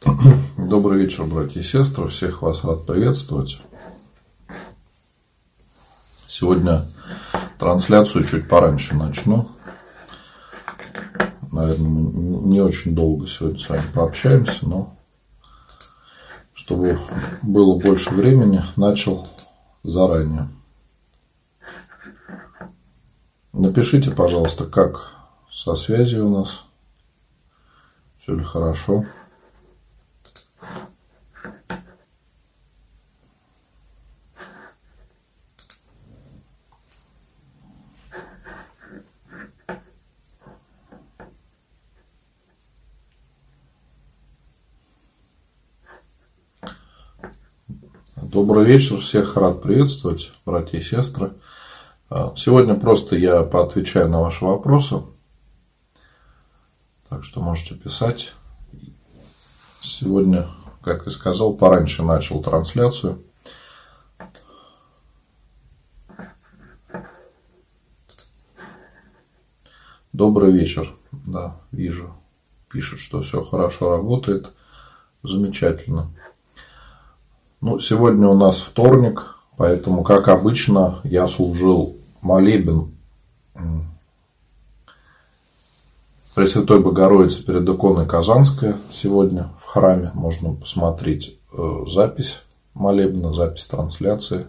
Добрый вечер, братья и сестры. Всех вас рад приветствовать. Сегодня трансляцию чуть пораньше начну. Наверное, мы не очень долго сегодня с вами пообщаемся, но чтобы было больше времени, начал заранее. Напишите, пожалуйста, как со связью у нас. Все ли хорошо? Добрый вечер, всех рад приветствовать, братья и сестры. Сегодня просто я поотвечаю на ваши вопросы, так что можете писать. Сегодня, как и сказал, пораньше начал трансляцию. Добрый вечер, да, вижу, пишут, что все хорошо работает, замечательно. Сегодня у нас вторник, поэтому, как обычно, я служил молебен Пресвятой Богородицы перед иконой Казанская сегодня в храме. Можно посмотреть запись молебна, запись трансляции.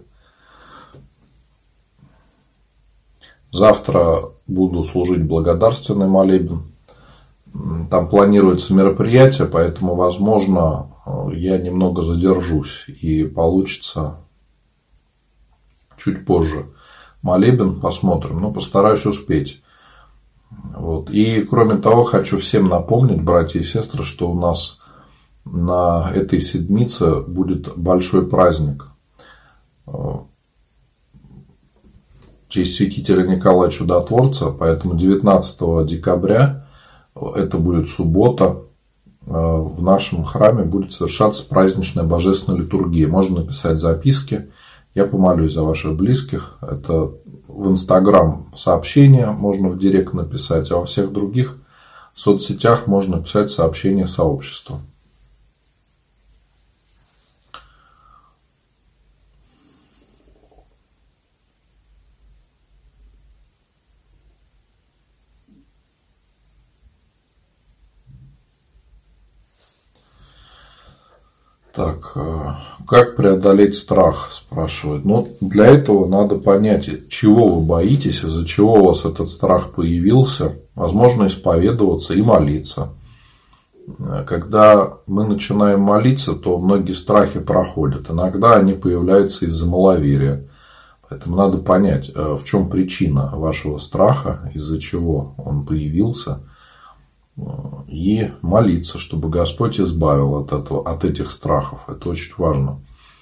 Завтра буду служить благодарственный молебен. Там планируется мероприятие, поэтому, возможно, я немного задержусь и получится чуть позже молебен, посмотрим, но постараюсь успеть. И кроме того, хочу всем напомнить, братья и сестры, что у нас на этой седмице будет большой праздник в честь святителя Николая Чудотворца, поэтому 19 декабря, это будет суббота, в нашем храме будет совершаться праздничная божественная литургия. Можно написать записки, я помолюсь за ваших близких. Это в Инстаграм сообщения можно в директ написать, а во всех других соцсетях можно написать сообщение сообществу. Так, как преодолеть страх, спрашивают. Для этого надо понять, чего вы боитесь, из-за чего у вас этот страх появился. Возможно, исповедоваться и молиться. Когда мы начинаем молиться, то многие страхи проходят. Иногда они появляются из-за маловерия. Поэтому надо понять, в чем причина вашего страха, из-за чего он появился. И молиться, чтобы Господь избавил от этих страхов. Это очень важно.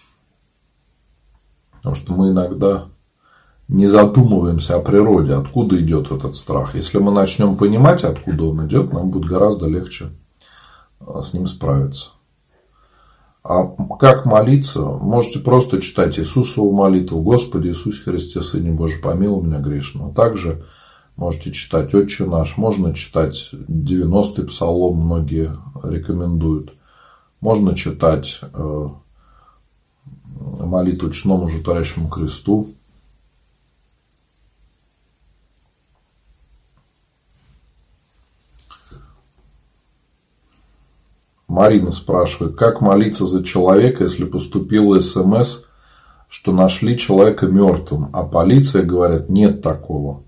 Потому что мы иногда не задумываемся о природе, откуда идет этот страх. Если мы начнем понимать, откуда он идет, нам будет гораздо легче с ним справиться. А как молиться? Можете просто читать Иисусову молитву: Господи Иисусе Христе, Сыне Божий, помилуй меня грешного. Также можете читать «Отче наш», можно читать 90-й псалом, многие рекомендуют. Можно читать молитву честному животворящему кресту. Марина спрашивает, как молиться за человека, если поступила СМС, что нашли человека мертвым, а полиция говорит, нет такого.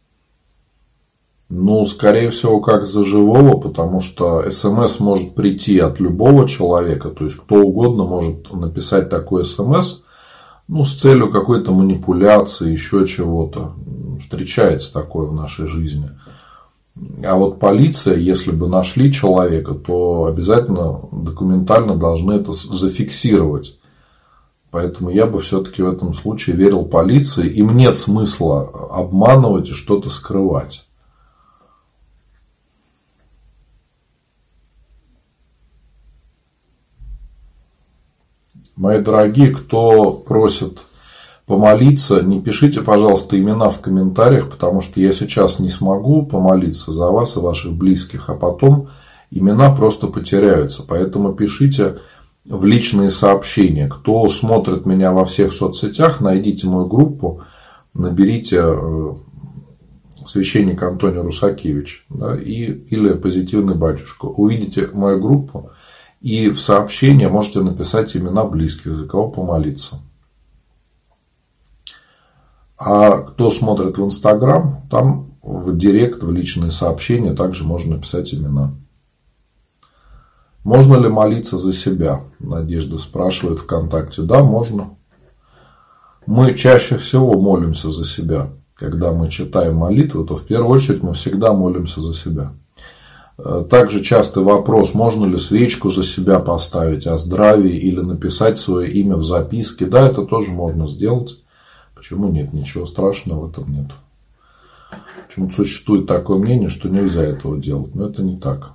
Скорее всего, как за живого, потому что СМС может прийти от любого человека, то есть кто угодно может написать такой СМС, с целью какой-то манипуляции, еще чего-то. Встречается такое в нашей жизни. А вот полиция, если бы нашли человека, то обязательно документально должны это зафиксировать. Поэтому я бы все-таки в этом случае верил полиции. Им нет смысла обманывать и что-то скрывать. Мои дорогие, кто просит помолиться, не пишите, пожалуйста, имена в комментариях, потому что я сейчас не смогу помолиться за вас и ваших близких, а потом имена просто потеряются. Поэтому пишите в личные сообщения. Кто смотрит меня во всех соцсетях, найдите мою группу, наберите священник Антоний Русакевич, да, или позитивный батюшка. Увидите мою группу и в сообщение можете написать имена близких, за кого помолиться. А кто смотрит в Инстаграм, там в директ, в личные сообщения также можно написать имена. Можно ли молиться за себя? Надежда спрашивает ВКонтакте. Да, можно. Мы чаще всего молимся за себя. Когда мы читаем молитву, то в первую очередь мы всегда молимся за себя. Также частый вопрос, можно ли свечку за себя поставить о здравии или написать свое имя в записке. Да, это тоже можно сделать. Почему нет? Ничего страшного в этом нет. Почему-то существует такое мнение, что нельзя этого делать. Но это не так.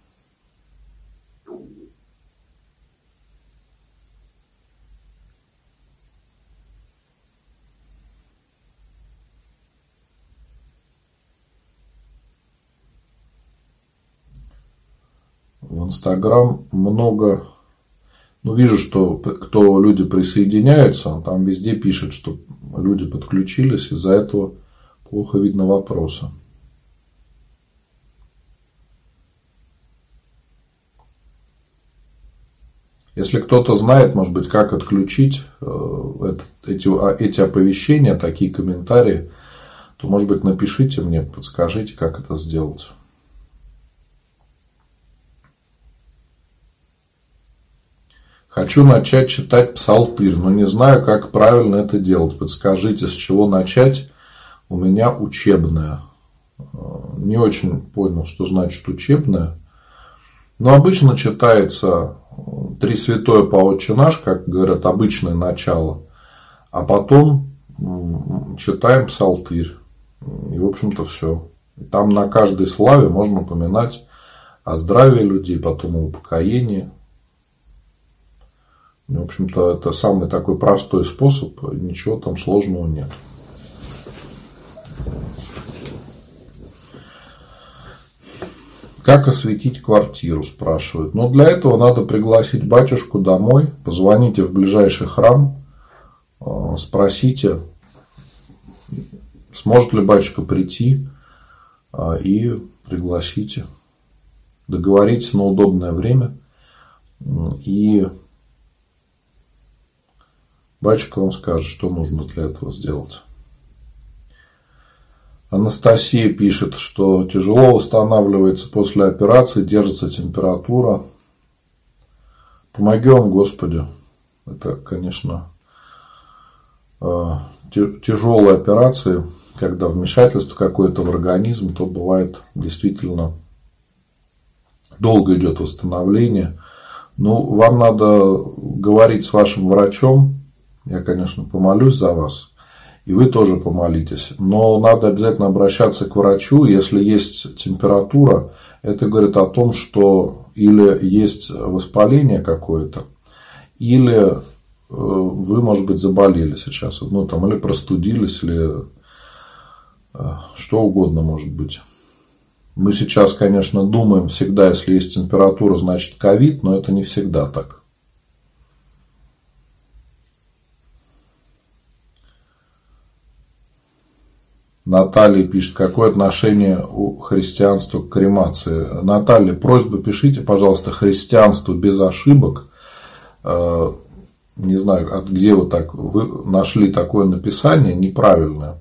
В Инстаграм много... вижу, что люди присоединяются, там везде пишут, что люди подключились, из-за этого плохо видно вопросы. Если кто-то знает, может быть, как отключить эти оповещения, такие комментарии, то, может быть, напишите мне, подскажите, как это сделать. Хочу начать читать псалтырь, но не знаю, как правильно это делать. Подскажите, с чего начать? У меня учебная. Не очень понял, что значит учебная. Но обычно читается «Три святое по Отче наш», как говорят, обычное начало. А потом читаем псалтырь. И, в общем-то, все. Там на каждой славе можно упоминать о здравии людей, потом о упокоении. В общем-то, это самый такой простой способ, ничего там сложного нет. Как осветить квартиру, спрашивают. Но для этого надо пригласить батюшку домой, позвоните в ближайший храм, спросите, сможет ли батюшка прийти, и пригласите. Договоритесь на удобное время, и батюшка вам скажет, что нужно для этого сделать. Анастасия пишет, что тяжело восстанавливается после операции, держится температура. Помоги вам, Господи. Это, конечно, тяжелые операции, когда вмешательство какое-то в организм, то бывает действительно долго идет восстановление. Но вам надо говорить с вашим врачом. Я, конечно, помолюсь за вас, и вы тоже помолитесь. Но надо обязательно обращаться к врачу, если есть температура. Это говорит о том, что или есть воспаление какое-то, или вы, может быть, заболели сейчас. Или простудились, или что угодно может быть. Мы сейчас, конечно, думаем всегда, если есть температура, значит ковид, но это не всегда так. Наталья пишет, какое отношение у христианства к кремации. Наталья, просьба, пишите, пожалуйста, христианство без ошибок. Не знаю, где вы нашли такое написание неправильное.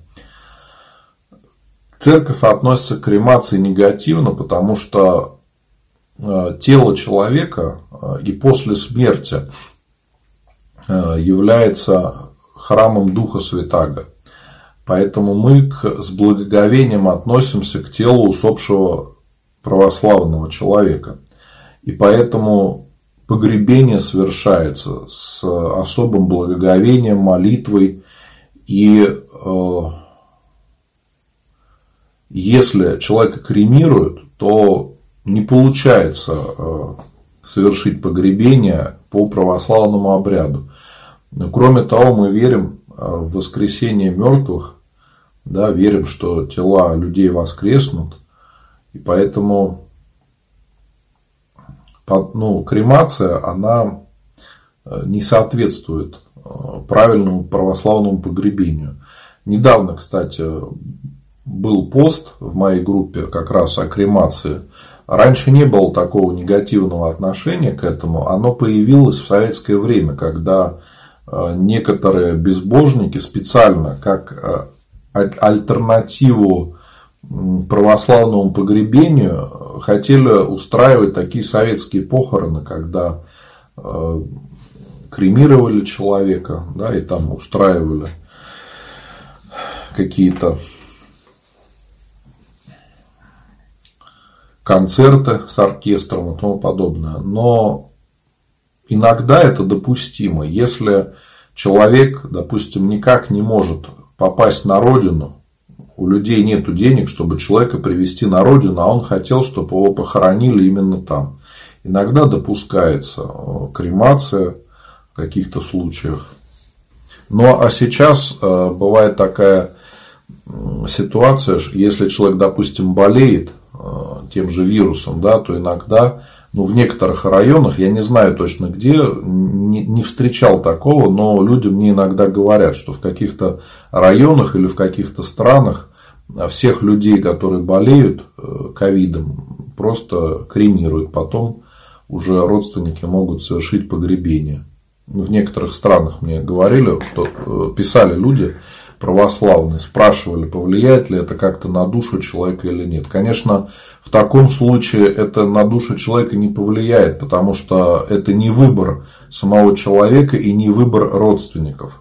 Церковь относится к кремации негативно, потому что тело человека и после смерти является храмом Духа Святаго. Поэтому мы с благоговением относимся к телу усопшего православного человека. И поэтому погребение совершается с особым благоговением, молитвой. И если человека кремируют, то не получается совершить погребение по православному обряду. Но, кроме того, мы верим в воскресение мертвых. Да, верим, что тела людей воскреснут, и поэтому кремация, она не соответствует правильному православному погребению. Недавно, кстати, был пост в моей группе как раз о кремации. Раньше не было такого негативного отношения к этому. Оно появилось в советское время, когда некоторые безбожники специально как альтернативу православному погребению хотели устраивать такие советские похороны, когда кремировали человека, да, и там устраивали какие-то концерты с оркестром и тому подобное. Но иногда это допустимо, если человек, допустим, никак не может попасть на родину, у людей нет денег, чтобы человека привезти на родину, а он хотел, чтобы его похоронили именно там. Иногда допускается кремация в каких-то случаях. Ну, а сейчас бывает такая ситуация, что если человек, допустим, болеет тем же вирусом, да, то иногда, в некоторых районах, я не знаю точно где, не встречал такого, но люди мне иногда говорят, что в каких-то районах или в каких-то странах всех людей, которые болеют ковидом, просто кремируют, потом уже родственники могут совершить погребение. В некоторых странах мне говорили, что писали люди православные, спрашивали, повлияет ли это как-то на душу человека или нет. Конечно, в таком случае это на душу человека не повлияет, потому что это не выбор самого человека и не выбор родственников.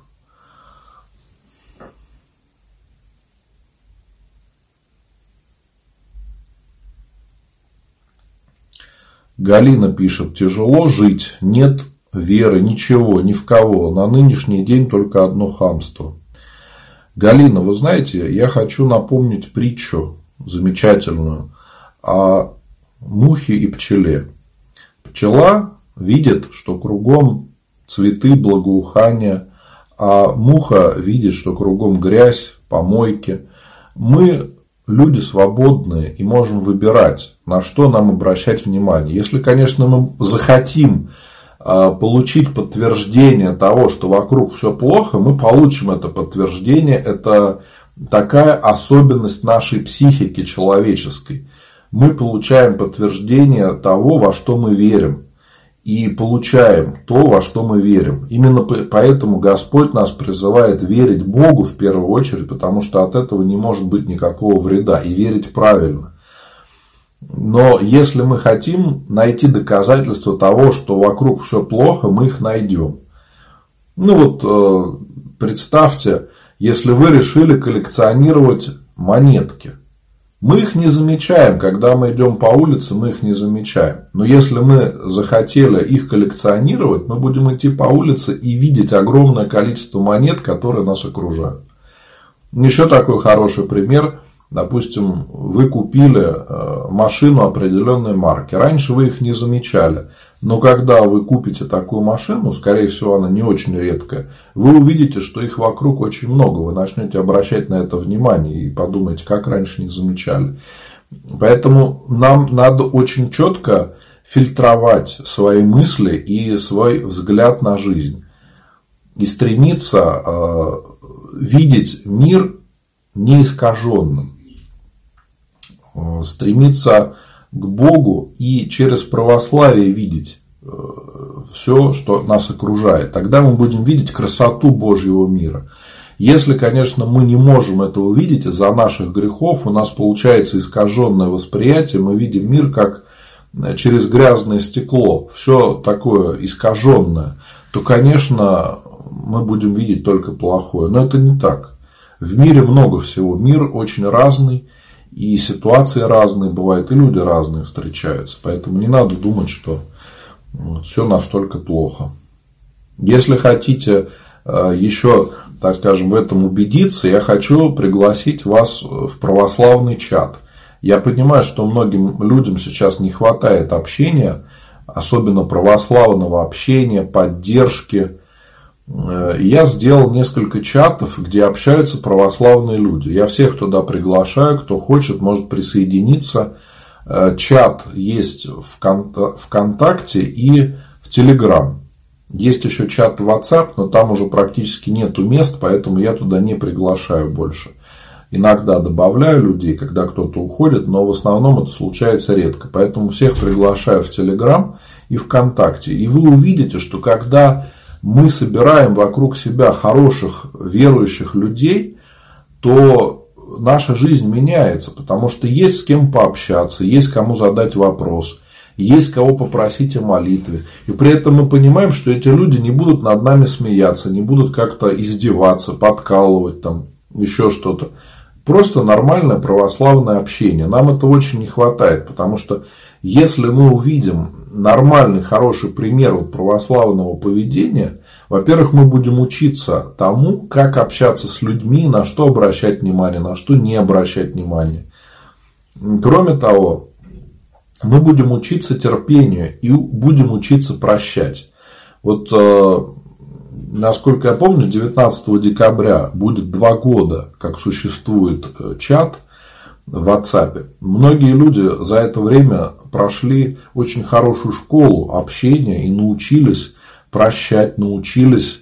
Галина пишет: тяжело жить, нет веры, ничего, ни в кого. На нынешний день только одно хамство. Галина, вы знаете, я хочу напомнить притчу замечательную о мухе и пчеле. Пчела видит, что кругом цветы, благоухания, а муха видит, что кругом грязь, помойки. Мы люди свободные и можем выбирать, на что нам обращать внимание. Если, конечно, мы захотим получить подтверждение того, что вокруг все плохо, мы получим это подтверждение. Это такая особенность нашей психики человеческой. Мы получаем подтверждение того, во что мы верим. И получаем то, во что мы верим. Именно поэтому Господь нас призывает верить Богу в первую очередь, потому что от этого не может быть никакого вреда. И верить правильно. Но если мы хотим найти доказательства того, что вокруг все плохо, мы их найдем. Представьте, если вы решили коллекционировать монетки. Мы их не замечаем, когда мы идем по улице, мы их не замечаем. Но если мы захотели их коллекционировать, мы будем идти по улице и видеть огромное количество монет, которые нас окружают. Еще такой хороший пример. Допустим, вы купили машину определенной марки. Раньше вы их не замечали. Но когда вы купите такую машину, скорее всего, она не очень редкая, вы увидите, что их вокруг очень много. Вы начнете обращать на это внимание и подумаете, как раньше не замечали. Поэтому нам надо очень четко фильтровать свои мысли и свой взгляд на жизнь. И стремиться видеть мир неискаженным. Стремиться к Богу и через православие видеть все, что нас окружает. Тогда мы будем видеть красоту Божьего мира. Если, конечно, мы не можем это увидеть из-за наших грехов, у нас получается искаженное восприятие, мы видим мир как через грязное стекло, все такое искаженное, то, конечно, мы будем видеть только плохое. Но это не так. В мире много всего. Мир очень разный. И ситуации разные бывают, и люди разные встречаются. Поэтому не надо думать, что все настолько плохо. Если хотите еще, так скажем, в этом убедиться, я хочу пригласить вас в православный чат. Я понимаю, что многим людям сейчас не хватает общения, особенно православного общения, поддержки. Я сделал несколько чатов, где общаются православные люди. Я всех туда приглашаю, кто хочет, может присоединиться. чат есть ВКонтакте и в Телеграм. Есть еще чат в WhatsApp, но там уже практически нету мест, поэтому я туда не приглашаю больше. Иногда добавляю людей, когда кто-то уходит, но в основном это случается редко. Поэтому всех приглашаю в Telegram и ВКонтакте. И вы увидите, что когда мы собираем вокруг себя хороших верующих людей, то наша жизнь меняется. Потому что есть с кем пообщаться, есть кому задать вопрос, есть кого попросить о молитве. И при этом мы понимаем, что эти люди не будут над нами смеяться, не будут как-то издеваться, подкалывать, там, еще что-то. Просто нормальное православное общение. Нам этого очень не хватает, потому что если мы увидим нормальный, хороший пример православного поведения, во-первых, мы будем учиться тому, как общаться с людьми, на что обращать внимание, на что не обращать внимания. Кроме того, мы будем учиться терпению и будем учиться прощать. Вот, насколько я помню, 19 декабря будет 2 года, как существует чат в WhatsApp. Многие люди за это время прошли очень хорошую школу общения и научились прощать, научились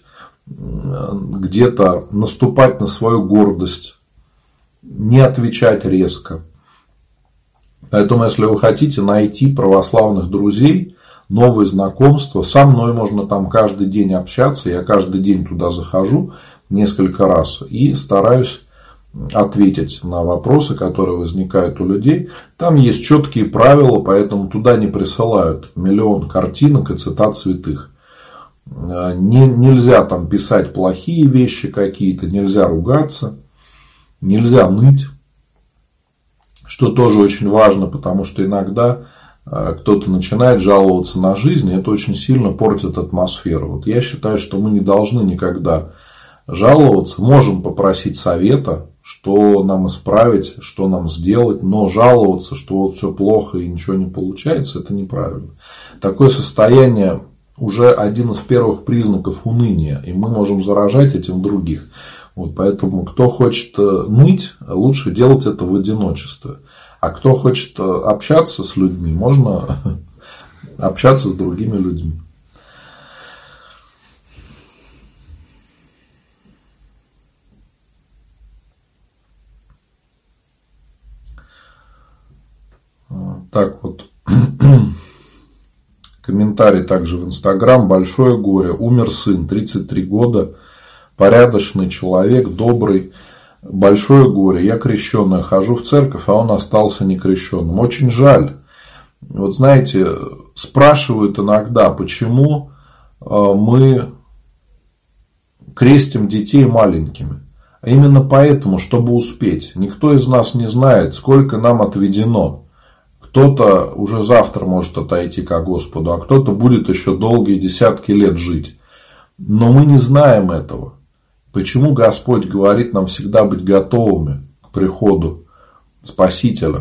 где-то наступать на свою гордость, не отвечать резко. Поэтому, если вы хотите найти православных друзей, новые знакомства, со мной можно там каждый день общаться. Я каждый день туда захожу несколько раз и стараюсь ответить на вопросы, которые возникают у людей. Там есть четкие правила, поэтому туда не присылают миллион картинок и цитат святых. Нельзя там писать плохие вещи какие-то, нельзя ругаться, нельзя ныть. Что тоже очень важно, потому что иногда кто-то начинает жаловаться на жизнь, и это очень сильно портит атмосферу. Вот я считаю, что мы не должны никогда жаловаться. Можем попросить совета, что нам исправить, что нам сделать, но жаловаться, что вот все плохо и ничего не получается, это неправильно. Такое состояние уже один из первых признаков уныния, и мы можем заражать этим других. Вот, поэтому, кто хочет ныть, лучше делать это в одиночестве. А кто хочет общаться с людьми, можно общаться с другими людьми. Так вот. Комментарий также в Инстаграм. Большое горе. Умер сын, 33 года. Порядочный человек, добрый. Большое горе. Я крещеная, хожу в церковь, а он остался некрещенным. Очень жаль. Вот знаете, спрашивают иногда, почему мы крестим детей маленькими. А именно поэтому, чтобы успеть. Никто из нас не знает, сколько нам отведено. Кто-то уже завтра может отойти ко Господу, а кто-то будет еще долгие десятки лет жить. Но мы не знаем этого. Почему Господь говорит нам всегда быть готовыми к приходу Спасителя?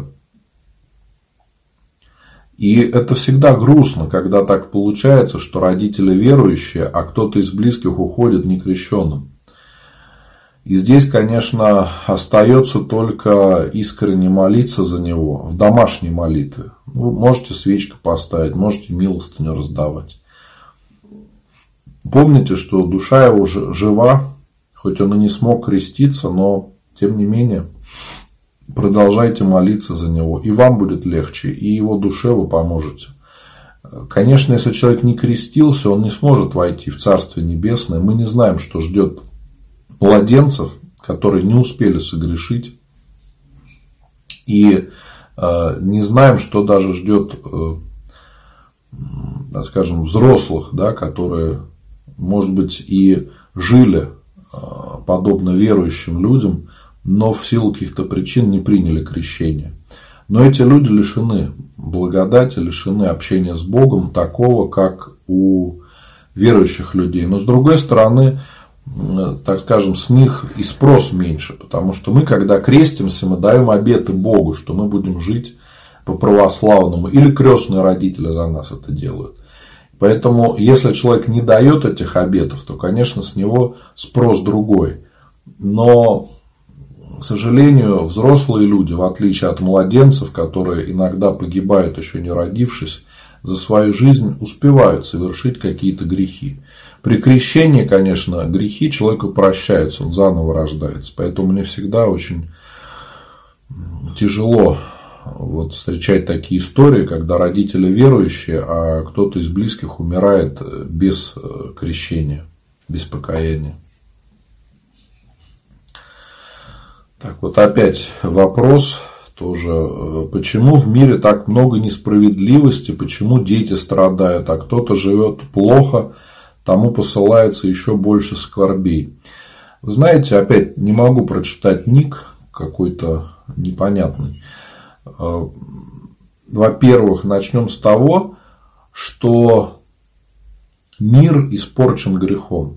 И это всегда грустно, когда так получается, что родители верующие, а кто-то из близких уходит некрещенным. И здесь, конечно, остается только искренне молиться за него в домашней молитве. Вы можете свечку поставить, можете милостыню раздавать. Помните, что душа его жива, хоть он и не смог креститься, но тем не менее продолжайте молиться за него. И вам будет легче, и его душе вы поможете. Конечно, если человек не крестился, он не сможет войти в Царствие Небесное. Мы не знаем, что ждет младенцев, которые не успели согрешить. И не знаем, что даже ждет, так скажем, взрослых, да, которые, может быть, и жили подобно верующим людям, но в силу каких-то причин не приняли крещение. Но эти люди лишены благодати, лишены общения с Богом такого, как у верующих людей. Но с другой стороны, так скажем, с них и спрос меньше, потому что мы, когда крестимся, мы даем обеты Богу, что мы будем жить по-православному, или крестные родители за нас это делают. Поэтому, если человек не дает этих обетов, то, конечно, с него спрос другой. Но к сожалению, взрослые люди, в отличие от младенцев, которые иногда погибают, еще не родившись, за свою жизнь успевают совершить какие-то грехи. При крещении, конечно, грехи человеку прощаются, он заново рождается. Поэтому мне всегда очень тяжело встречать такие истории, когда родители верующие, а кто-то из близких умирает без крещения, без покаяния. Так, опять вопрос тоже. Почему в мире так много несправедливости, почему дети страдают, а кто-то живет плохо, тому посылается еще больше скорбей? Вы знаете, опять не могу прочитать ник какой-то непонятный. Во-первых, начнем с того, что мир испорчен грехом.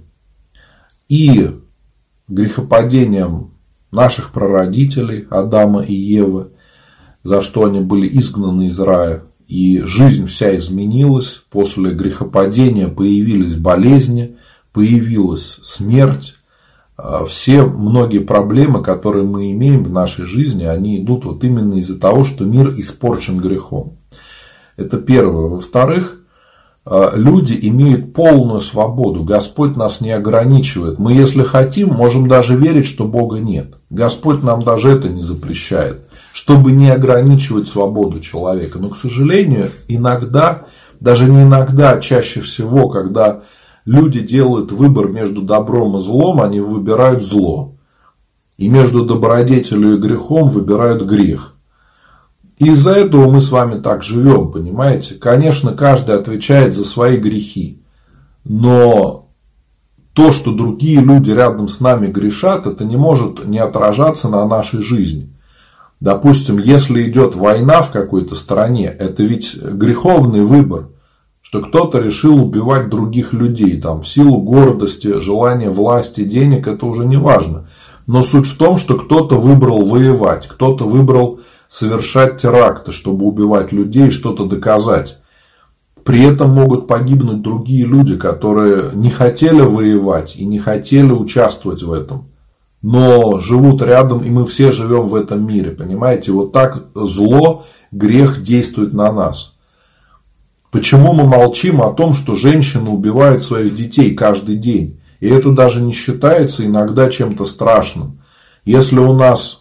И грехопадением наших прародителей Адама и Евы, за что они были изгнаны из рая. И жизнь вся изменилась. После грехопадения появились болезни, появилась смерть. Многие проблемы, которые мы имеем в нашей жизни, они идут именно из-за того, что мир испорчен грехом. Это первое. Во-вторых, люди имеют полную свободу. Господь нас не ограничивает. Мы, если хотим, можем даже верить, что Бога нет. Господь нам даже это не запрещает, чтобы не ограничивать свободу человека. Но, к сожалению, иногда, даже не иногда, а чаще всего, когда люди делают выбор между добром и злом, они выбирают зло. И между добродетелью и грехом выбирают грех. Из-за этого мы с вами так живем, понимаете? Конечно, каждый отвечает за свои грехи. Но то, что другие люди рядом с нами грешат, это не может не отражаться на нашей жизни. Допустим, если идет война в какой-то стране, это ведь греховный выбор. Что кто-то решил убивать других людей в силу гордости, желания власти, денег, это уже не важно. Но суть в том, что кто-то выбрал воевать, кто-то выбрал совершать теракты, чтобы убивать людей и что-то доказать. При этом могут погибнуть другие люди, которые не хотели воевать и не хотели участвовать в этом. Но живут рядом, и мы все живем в этом мире. Понимаете, так зло, грех действует на нас. Почему мы молчим о том, что женщины убивают своих детей каждый день? И это даже не считается иногда чем-то страшным. Если у нас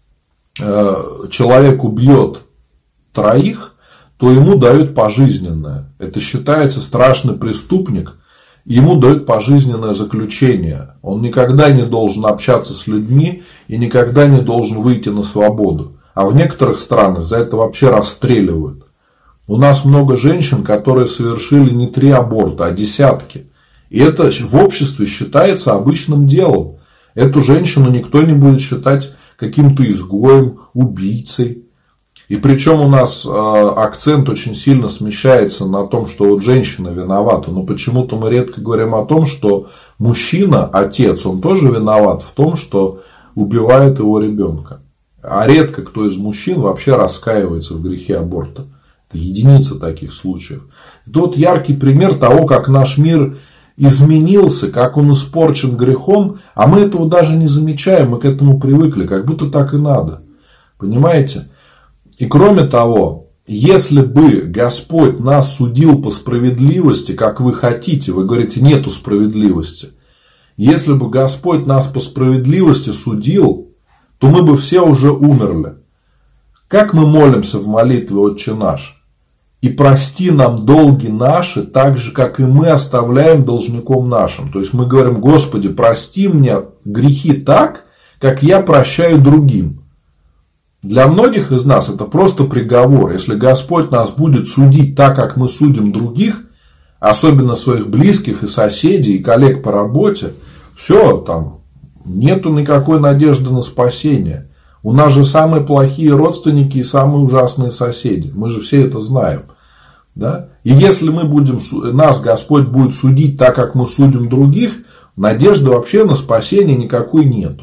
человек убьет 3, то ему дают пожизненное. Это считается страшный преступник, ему дают пожизненное заключение. Он никогда не должен общаться с людьми и никогда не должен выйти на свободу. А в некоторых странах за это вообще расстреливают. У нас много женщин, которые совершили не 3 аборта, а десятки. И это в обществе считается обычным делом. Эту женщину никто не будет считать каким-то изгоем, убийцей. И причем у нас акцент очень сильно смещается на том, что женщина виновата. Но почему-то мы редко говорим о том, что мужчина, отец, он тоже виноват в том, что убивает его ребенка. А редко кто из мужчин вообще раскаивается в грехе аборта. Это единица таких случаев. Это яркий пример того, как наш мир изменился, как он испорчен грехом, а мы этого даже не замечаем, мы к этому привыкли, как будто так и надо. Понимаете? И кроме того, если бы Господь нас судил по справедливости, как вы хотите, вы говорите, нету справедливости. Если бы Господь нас по справедливости судил, то мы бы все уже умерли. Как мы молимся в молитве «Отче наш»? И прости нам долги наши, так же, как и мы оставляем должником нашим. То есть мы говорим, Господи, прости мне грехи так, как я прощаю другим. Для многих из нас это просто приговор. Если Господь нас будет судить так, как мы судим других, особенно своих близких и соседей, и коллег по работе, все, нету никакой надежды на спасение. У нас же самые плохие родственники и самые ужасные соседи. Мы же все это знаем. Да? И если нас Господь будет судить так, как мы судим других, надежды вообще на спасение никакой нету.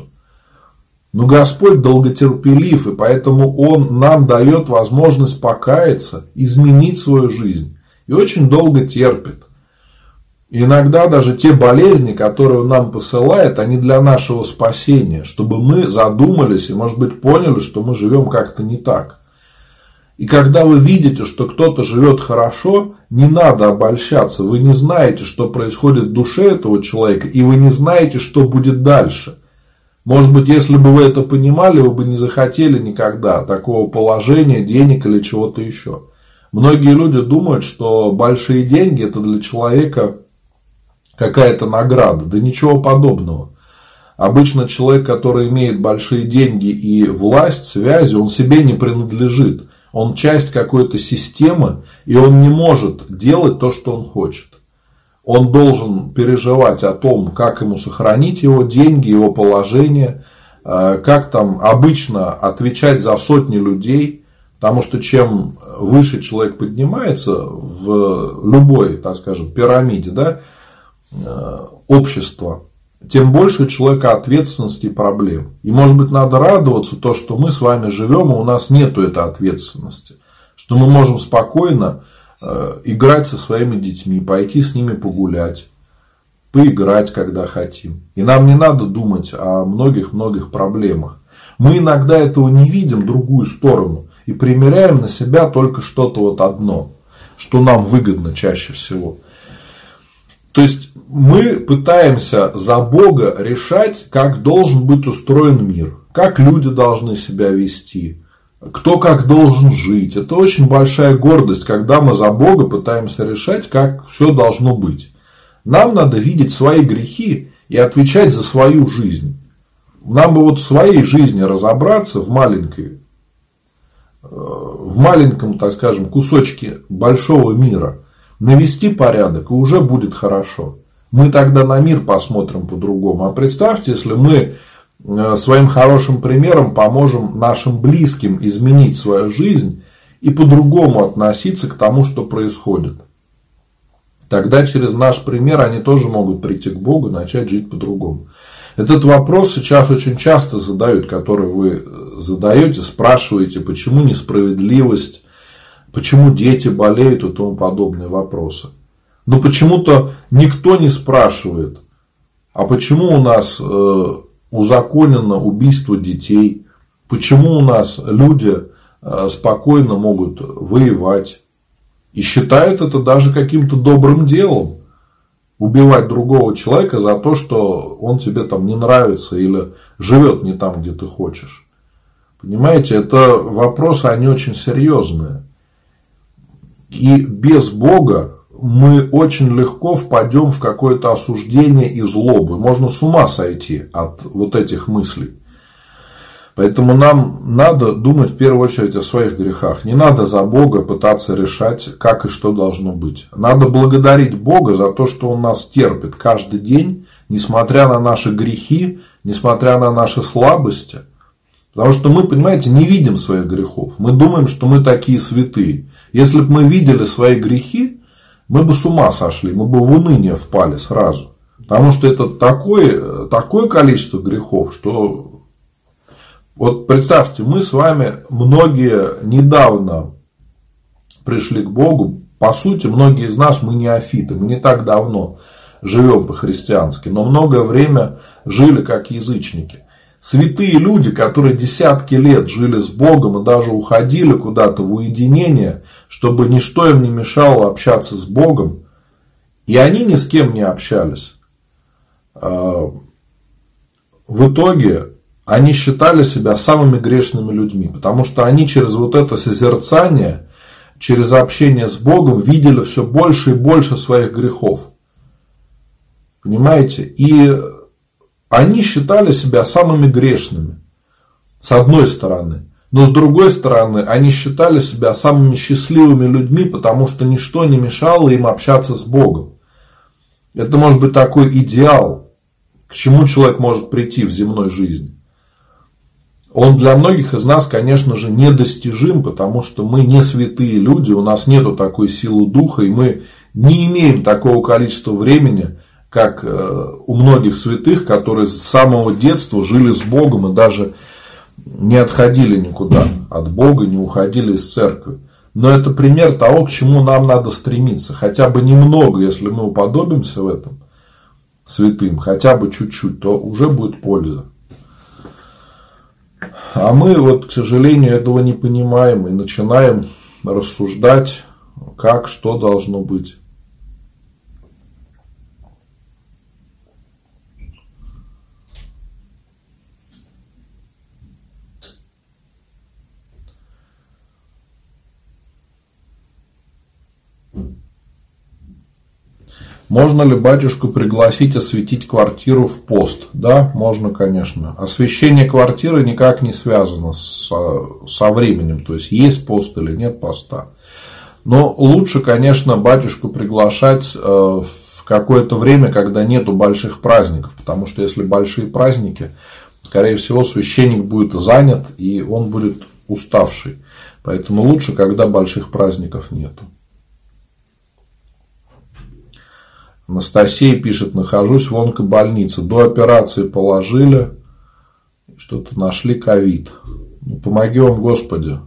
Но Господь долготерпелив, и поэтому Он нам дает возможность покаяться, изменить свою жизнь. И очень долго терпит. Иногда даже те болезни, которые Он нам посылает, они для нашего спасения, чтобы мы задумались и, может быть, поняли, что мы живем как-то не так. И когда вы видите, что кто-то живет хорошо, не надо обольщаться. Вы не знаете, что происходит в душе этого человека, и вы не знаете, что будет дальше. Может быть, если бы вы это понимали, вы бы не захотели никогда такого положения, денег или чего-то еще. Многие люди думают, что большие деньги – это для человека какая-то награда. Да ничего подобного. Обычно человек, который имеет большие деньги и власть, связи, он себе не принадлежит. Он часть какой-то системы, и он не может делать то, что он хочет. Он должен переживать о том, как ему сохранить его деньги, его положение, как там обычно отвечать за сотни людей. Потому что чем выше человек поднимается в любой, так скажем, пирамиде, да, общества, тем больше у человека ответственности и проблем. И, может быть, надо радоваться то, что мы с вами живем, и у нас нету этой ответственности. Что мы можем спокойно играть со своими детьми, пойти с ними погулять, поиграть, когда хотим. И нам не надо думать о многих-многих проблемах. Мы иногда этого не видим, другую сторону, и примеряем на себя только что-то вот одно, что нам выгодно чаще всего. То есть мы пытаемся за Бога решать, как должен быть устроен мир, как люди должны себя вести, кто как должен жить. Это очень большая гордость, когда мы за Бога пытаемся решать, как все должно быть. Нам надо видеть свои грехи и отвечать за свою жизнь. Нам бы вот в своей жизни разобраться в маленьком, так скажем, кусочке большого мира, навести порядок, и уже будет хорошо. Мы тогда на мир посмотрим по-другому. А представьте, если мы своим хорошим примером поможем нашим близким изменить свою жизнь и по-другому относиться к тому, что происходит. Тогда через наш пример они тоже могут прийти к Богу и начать жить по-другому. Этот вопрос сейчас очень часто задают, который вы задаете, спрашиваете, почему несправедливость, почему дети болеют и тому подобные вопросы. Но почему-то никто не спрашивает, а почему у нас узаконено убийство детей, почему у нас люди спокойно могут воевать и считают это даже каким-то добрым делом. Убивать другого человека за то, что он тебе там не нравится или живет не там, где ты хочешь. Понимаете, это вопросы, они очень серьезные. И без Бога мы очень легко впадем в какое-то осуждение и злобу. Можно с ума сойти от вот этих мыслей. Поэтому нам надо думать в первую очередь о своих грехах. Не надо за Бога пытаться решать, как и что должно быть. Надо благодарить Бога за то, что Он нас терпит каждый день, несмотря на наши грехи, несмотря на наши слабости. Потому что мы, понимаете, не видим своих грехов. Мы думаем, что мы такие святые. Если бы мы видели свои грехи, мы бы с ума сошли, мы бы в уныние впали сразу. Потому что это такое количество грехов, что... Вот представьте, мы с вами многие недавно пришли к Богу. По сути, многие из нас, мы неофиты, мы не так давно живем по-христиански, но многое время жили как язычники. Святые люди, которые десятки лет жили с Богом и даже уходили куда-то в уединение, чтобы ничто им не мешало общаться с Богом, и они ни с кем не общались. В итоге они считали себя самыми грешными людьми, потому что они через вот это созерцание, через общение с Богом видели все больше и больше своих грехов. Понимаете? И они считали себя самыми грешными, с одной стороны. Но с другой стороны, они считали себя самыми счастливыми людьми, потому что ничто не мешало им общаться с Богом. Это может быть такой идеал, к чему человек может прийти в земной жизни. Он для многих из нас, конечно же, недостижим, потому что мы не святые люди, у нас нету такой силы духа, и мы не имеем такого количества времени, как у многих святых, которые с самого детства жили с Богом и даже не отходили никуда от Бога, не уходили из церкви. Но это пример того, к чему нам надо стремиться. Хотя бы немного, если мы уподобимся в этом святым, хотя бы чуть-чуть, то уже будет польза. А мы вот, к сожалению, этого не понимаем и начинаем рассуждать, как, что должно быть. Можно ли батюшку пригласить осветить квартиру в пост? Да, можно, конечно. Освещение квартиры никак не связано со временем. То есть, есть пост или нет поста. Но лучше, конечно, батюшку приглашать в какое-то время, когда нету больших праздников. Потому что если большие праздники, скорее всего, священник будет занят и он будет уставший. Поэтому лучше, когда больших праздников нету. Анастасия пишет: нахожусь в онкобольнице. До операции положили, что-то нашли ковид. Помоги вам, Господи.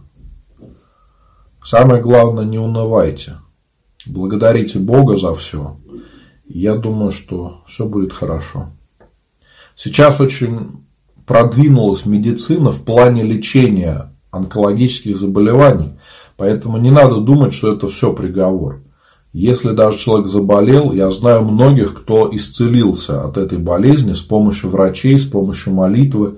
Самое главное, не унывайте. Благодарите Бога за все. Я думаю, что все будет хорошо. Сейчас очень продвинулась медицина в плане лечения онкологических заболеваний. Поэтому не надо думать, что это все приговор. Если даже человек заболел, я знаю многих, кто исцелился от этой болезни с помощью врачей, с помощью молитвы.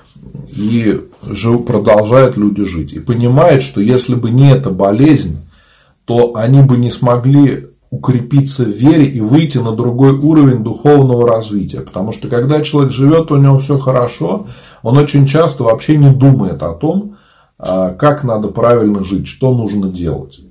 И продолжают люди жить. И понимают, что если бы не эта болезнь, то они бы не смогли укрепиться в вере и выйти на другой уровень духовного развития. Потому что когда человек живет, у него все хорошо, он очень часто вообще не думает о том, как надо правильно жить, что нужно делать.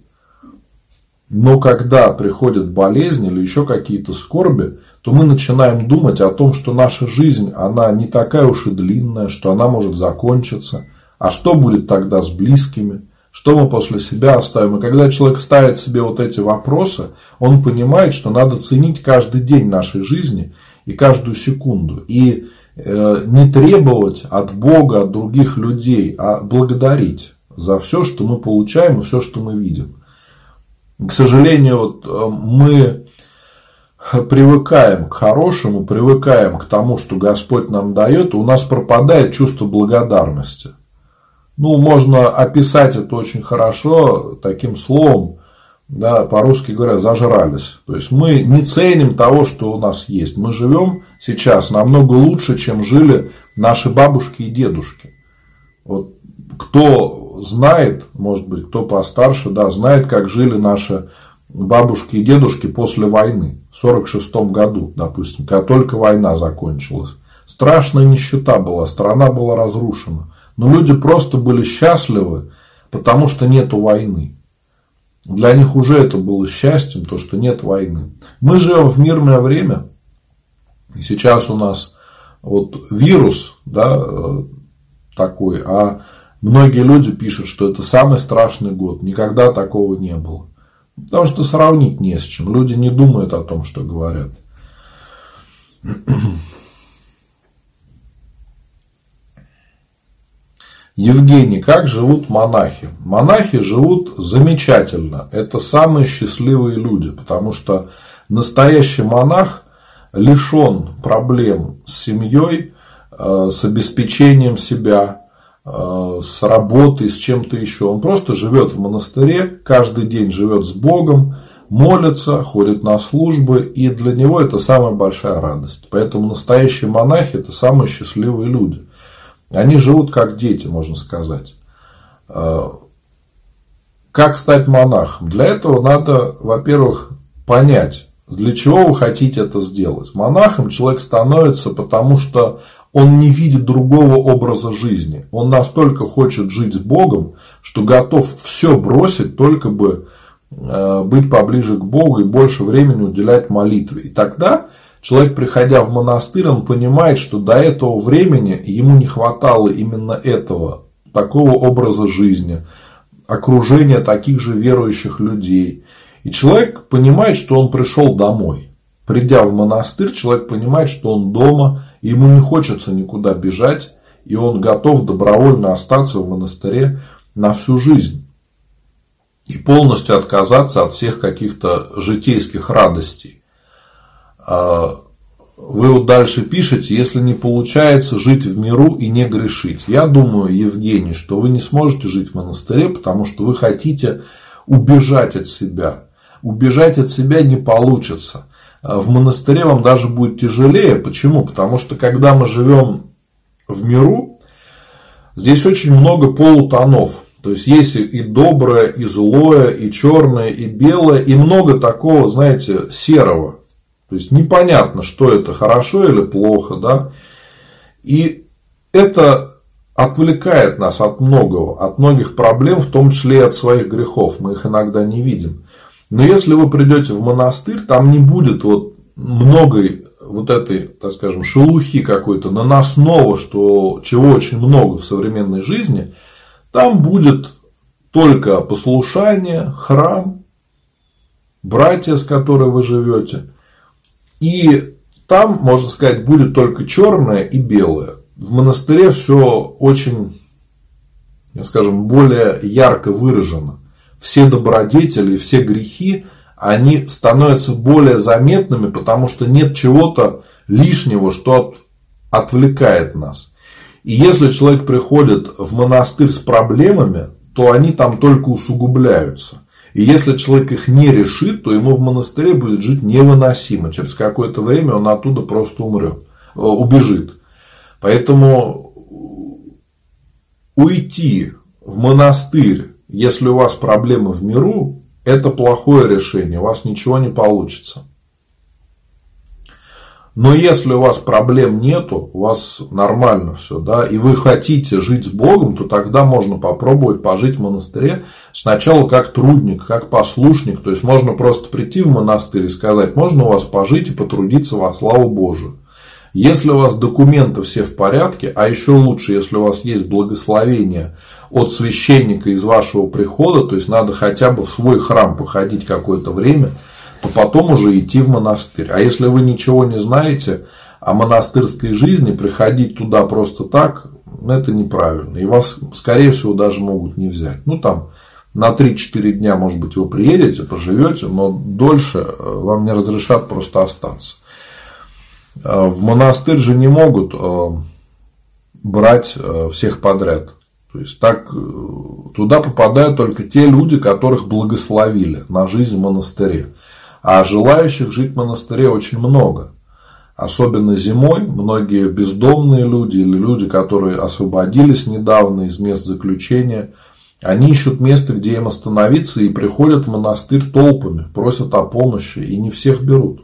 Но когда приходит болезнь или еще какие-то скорби, то мы начинаем думать о том, что наша жизнь, она не такая уж и длинная, что она может закончиться. А что будет тогда с близкими? Что мы после себя оставим? И когда человек ставит себе вот эти вопросы, он понимает, что надо ценить каждый день нашей жизни и каждую секунду. И не требовать от Бога, от других людей, а благодарить за все, что мы получаем и все, что мы видим. К сожалению, вот мы привыкаем к хорошему, привыкаем к тому, что Господь нам дает, и у нас пропадает чувство благодарности. Можно описать это очень хорошо таким словом, да, по-русски говоря, зажрались. То есть, мы не ценим того, что у нас есть. Мы живем сейчас намного лучше, чем жили наши бабушки и дедушки. Вот кто знает, может быть, кто постарше, да, знает, как жили наши бабушки и дедушки после войны. В 1946 году, допустим, когда только война закончилась. Страшная нищета была, страна была разрушена. Но люди просто были счастливы, потому что нету войны. Для них уже это было счастьем, то, что нет войны. Мы живем в мирное время. И сейчас у нас вот вирус, да, такой, а многие люди пишут, что это самый страшный год. Никогда такого не было. Потому что сравнить не с чем. Люди не думают о том, что говорят. Евгений, как живут монахи? Монахи живут замечательно. Это самые счастливые люди. Потому что настоящий монах лишен проблем с семьей, с обеспечением себя, с работой, с чем-то еще. Он просто живет в монастыре, каждый день живет с Богом, молится, ходит на службы, и для него это самая большая радость. Поэтому настоящие монахи – это самые счастливые люди. Они живут как дети, можно сказать. Как стать монахом? Для этого надо, во-первых, понять, для чего вы хотите это сделать. Монахом человек становится, потому что он не видит другого образа жизни. Он настолько хочет жить с Богом, что готов все бросить, только бы быть поближе к Богу и больше времени уделять молитве. И тогда человек, приходя в монастырь, он понимает, что до этого времени ему не хватало именно этого, такого образа жизни, окружения таких же верующих людей. И человек понимает, что он пришел домой. Придя в монастырь, человек понимает, что он дома, и ему не хочется никуда бежать, и он готов добровольно остаться в монастыре на всю жизнь. и полностью отказаться от всех каких-то житейских радостей. Вы вот дальше пишете: если не получается жить в миру и не грешить. Я думаю, Евгений, что вы не сможете жить в монастыре, потому что вы хотите убежать от себя. Убежать от себя не получится. В монастыре вам даже будет тяжелее. Почему? Потому что когда мы живем в миру, здесь очень много полутонов. То есть есть и доброе, и злое, и черное, и белое, и много такого, знаете, серого. То есть непонятно, что это, хорошо или плохо, да. И это отвлекает нас от многого, от многих проблем, в том числе и от своих грехов. Мы их иногда не видим. Но если вы придете в монастырь, там не будет вот многой вот этой, так скажем, шелухи какой-то наносного, чего очень много в современной жизни. Там будет только послушание, храм, братья, с которыми вы живете. И там, можно сказать, будет только черное и белое. В монастыре все очень, скажем, более ярко выражено. Все добродетели, все грехи, они становятся более заметными, потому что нет чего-то лишнего, что отвлекает нас. И если человек приходит в монастырь с проблемами, то они там только усугубляются. И если человек их не решит, то ему в монастыре будет жить невыносимо. Через какое-то время он оттуда просто убежит. Поэтому уйти в монастырь, если у вас проблемы в миру, это плохое решение, у вас ничего не получится. Но если у вас проблем нету, у вас нормально все, да, и вы хотите жить с Богом, то тогда можно попробовать пожить в монастыре сначала как трудник, как послушник. То есть можно просто прийти в монастырь и сказать: можно у вас пожить и потрудиться во славу Божию. Если у вас документы все в порядке, а еще лучше, если у вас есть благословение от священника из вашего прихода, то есть надо хотя бы в свой храм походить какое-то время, то потом уже идти в монастырь. А если вы ничего не знаете о монастырской жизни, приходить туда просто так, это неправильно. И вас, скорее всего, даже могут не взять. Ну, там, на 3-4 дня, может быть, вы приедете, поживете, но дольше вам не разрешат просто остаться. В монастырь же не могут брать всех подряд. То есть так туда попадают только те люди, которых благословили на жизнь в монастыре. А желающих жить в монастыре очень много. Особенно зимой многие бездомные люди или люди, которые освободились недавно из мест заключения, они ищут место, где им остановиться, и приходят в монастырь толпами, просят о помощи, и не всех берут.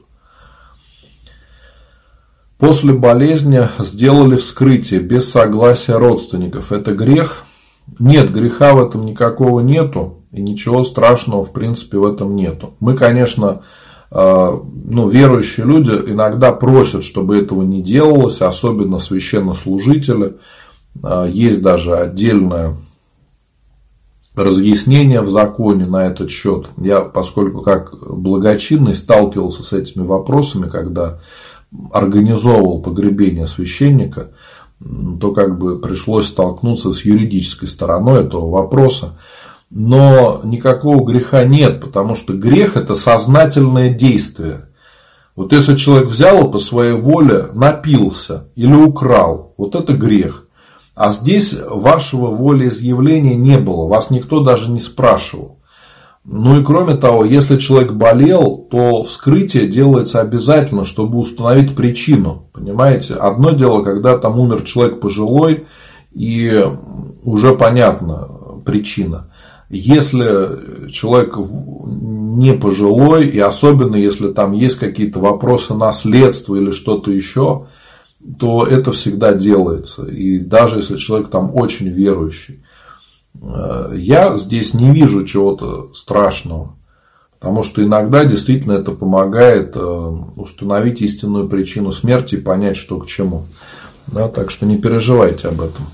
После болезни сделали вскрытие без согласия родственников. Это грех? Нет, греха в этом никакого нету. И ничего страшного, в принципе, в этом нету. Мы, конечно, верующие люди иногда просят, чтобы этого не делалось, особенно священнослужители. Есть даже отдельное разъяснение в законе на этот счет. Я, поскольку как благочинный сталкивался с этими вопросами, когда организовывал погребение священника, то как бы пришлось столкнуться с юридической стороной этого вопроса. Но никакого греха нет, потому что грех – это сознательное действие. Вот если человек взял и по своей воле напился или украл, вот это грех. А здесь вашего волеизъявления не было, вас никто даже не спрашивал. Ну и кроме того, если человек болел, то вскрытие делается обязательно, чтобы установить причину. Понимаете? Одно дело, когда там умер человек пожилой, и уже понятна причина. Если человек не пожилой, и особенно если там есть какие-то вопросы наследства или что-то еще, то это всегда делается. И даже если человек там очень верующий. Я здесь не вижу чего-то страшного. Потому что иногда действительно это помогает установить истинную причину смерти и понять, что к чему. Да, так что не переживайте об этом.